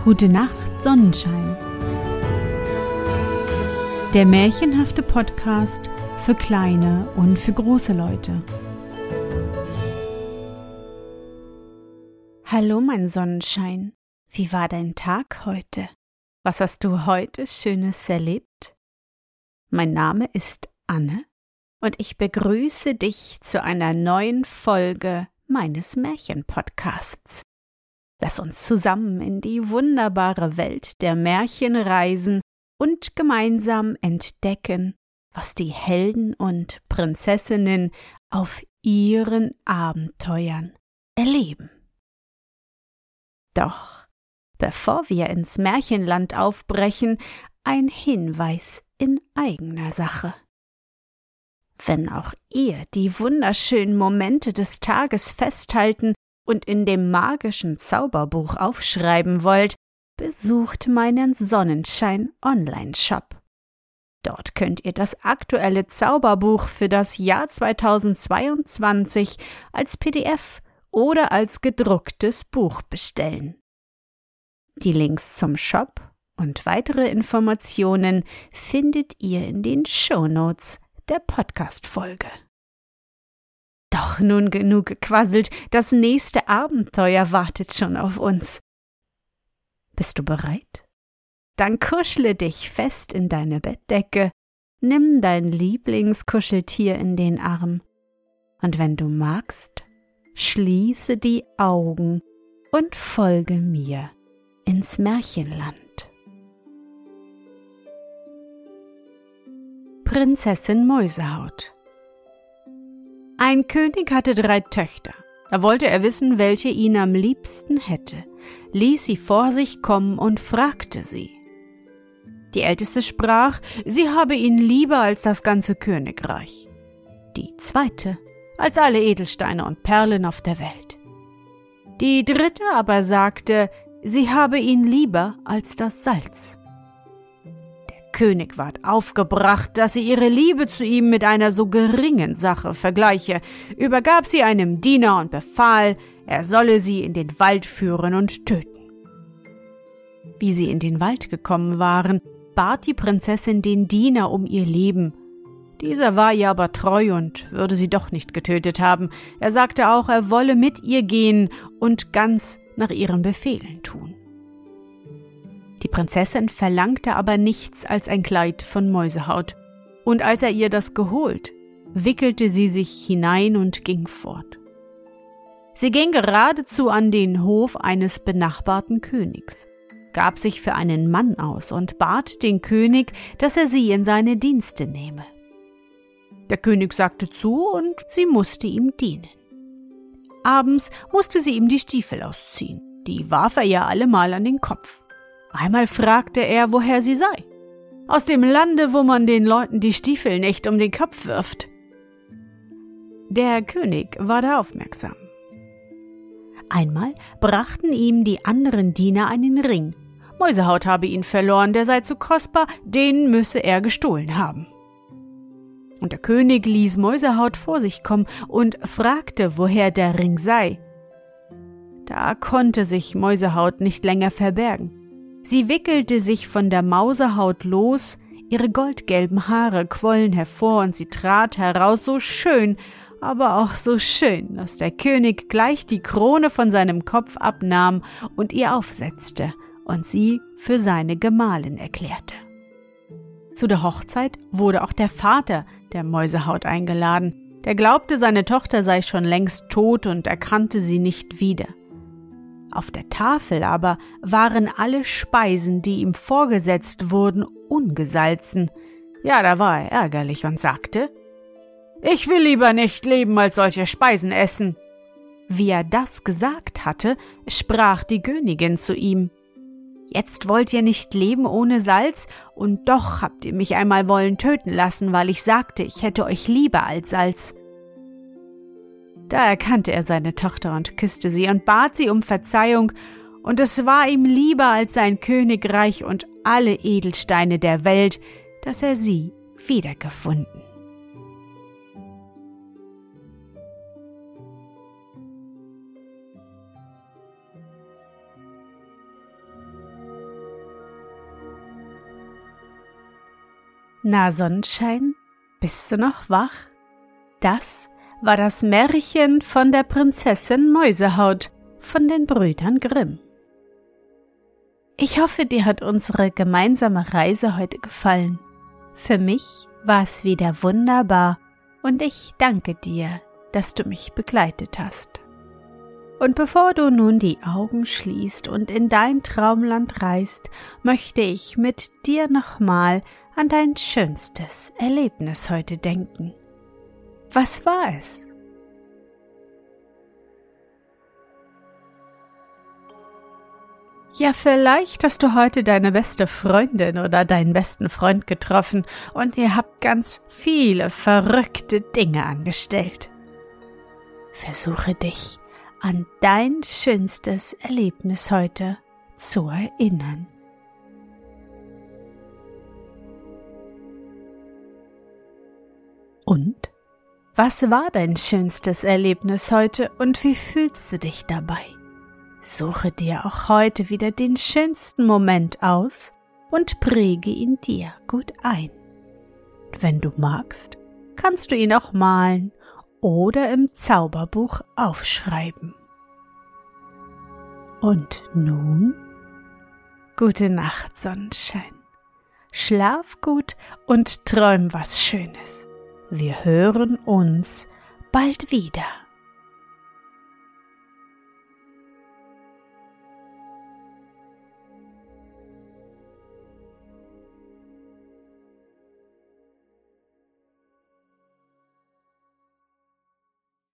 Gute Nacht, Sonnenschein. Der märchenhafte Podcast für kleine und für große Leute. Hallo, mein Sonnenschein. Wie war dein Tag heute? Was hast du heute Schönes erlebt? Mein Name ist Anne und ich begrüße dich zu einer neuen Folge meines Märchenpodcasts. Lass uns zusammen in die wunderbare Welt der Märchen reisen und gemeinsam entdecken, was die Helden und Prinzessinnen auf ihren Abenteuern erleben. Doch bevor wir ins Märchenland aufbrechen, ein Hinweis in eigener Sache. Wenn auch ihr die wunderschönen Momente des Tages festhalten und in dem magischen Zauberbuch aufschreiben wollt, besucht meinen Sonnenschein-Online-Shop. Dort könnt ihr das aktuelle Zauberbuch für das Jahr 2022 als PDF oder als gedrucktes Buch bestellen. Die Links zum Shop und weitere Informationen findet ihr in den Shownotes der Podcast-Folge. Doch nun genug gequasselt, das nächste Abenteuer wartet schon auf uns. Bist du bereit? Dann kuschle dich fest in deine Bettdecke, nimm dein Lieblingskuscheltier in den Arm und wenn du magst, schließe die Augen und folge mir ins Märchenland. Prinzessin Mäusehaut. Ein König hatte 3 Töchter. Da wollte er wissen, welche ihn am liebsten hätte, ließ sie vor sich kommen und fragte sie. Die Älteste sprach, sie habe ihn lieber als das ganze Königreich. Die Zweite, als alle Edelsteine und Perlen auf der Welt. Die Dritte aber sagte, sie habe ihn lieber als das Salz. König ward aufgebracht, dass sie ihre Liebe zu ihm mit einer so geringen Sache vergleiche, übergab sie einem Diener und befahl, er solle sie in den Wald führen und töten. Wie sie in den Wald gekommen waren, bat die Prinzessin den Diener um ihr Leben. Dieser war ihr aber treu und würde sie doch nicht getötet haben. Er sagte auch, er wolle mit ihr gehen und ganz nach ihren Befehlen tun. Die Prinzessin verlangte aber nichts als ein Kleid von Mäusehaut, und als er ihr das geholt, wickelte sie sich hinein und ging fort. Sie ging geradezu an den Hof eines benachbarten Königs, gab sich für einen Mann aus und bat den König, dass er sie in seine Dienste nehme. Der König sagte zu und sie musste ihm dienen. Abends musste sie ihm die Stiefel ausziehen, die warf er ihr allemal an den Kopf. Einmal fragte er, woher sie sei. Aus dem Lande, wo man den Leuten die Stiefel nicht um den Kopf wirft. Der König war da aufmerksam. Einmal brachten ihm die anderen Diener einen Ring. Mäusehaut habe ihn verloren, der sei zu kostbar, den müsse er gestohlen haben. Und der König ließ Mäusehaut vor sich kommen und fragte, woher der Ring sei. Da konnte sich Mäusehaut nicht länger verbergen. Sie wickelte sich von der Mausehaut los, ihre goldgelben Haare quollen hervor und sie trat heraus, so schön, aber auch so schön, dass der König gleich die Krone von seinem Kopf abnahm und ihr aufsetzte und sie für seine Gemahlin erklärte. Zu der Hochzeit wurde auch der Vater der Mäusehaut eingeladen. Der glaubte, seine Tochter sei schon längst tot und erkannte sie nicht wieder. Auf der Tafel aber waren alle Speisen, die ihm vorgesetzt wurden, ungesalzen. Ja, da war er ärgerlich und sagte, »Ich will lieber nicht leben, als solche Speisen essen.« Wie er das gesagt hatte, sprach die Königin zu ihm, »Jetzt wollt ihr nicht leben ohne Salz, und doch habt ihr mich einmal wollen töten lassen, weil ich sagte, ich hätte euch lieber als Salz.« Da erkannte er seine Tochter und küsste sie und bat sie um Verzeihung, und es war ihm lieber als sein Königreich und alle Edelsteine der Welt, dass er sie wiedergefunden. Na Sonnenschein, bist du noch wach? Das war das Märchen von der Prinzessin Mäusehaut von den Brüdern Grimm. Ich hoffe, dir hat unsere gemeinsame Reise heute gefallen. Für mich war es wieder wunderbar und ich danke dir, dass du mich begleitet hast. Und bevor du nun die Augen schließt und in dein Traumland reist, möchte ich mit dir nochmal an dein schönstes Erlebnis heute denken. Was war es? Ja, vielleicht hast du heute deine beste Freundin oder deinen besten Freund getroffen und ihr habt ganz viele verrückte Dinge angestellt. Versuche dich an dein schönstes Erlebnis heute zu erinnern. Und? Was war dein schönstes Erlebnis heute und wie fühlst du dich dabei? Suche dir auch heute wieder den schönsten Moment aus und präge ihn dir gut ein. Wenn du magst, kannst du ihn auch malen oder im Zauberbuch aufschreiben. Und nun? Gute Nacht, Sonnenschein. Schlaf gut und träum was Schönes. Wir hören uns bald wieder.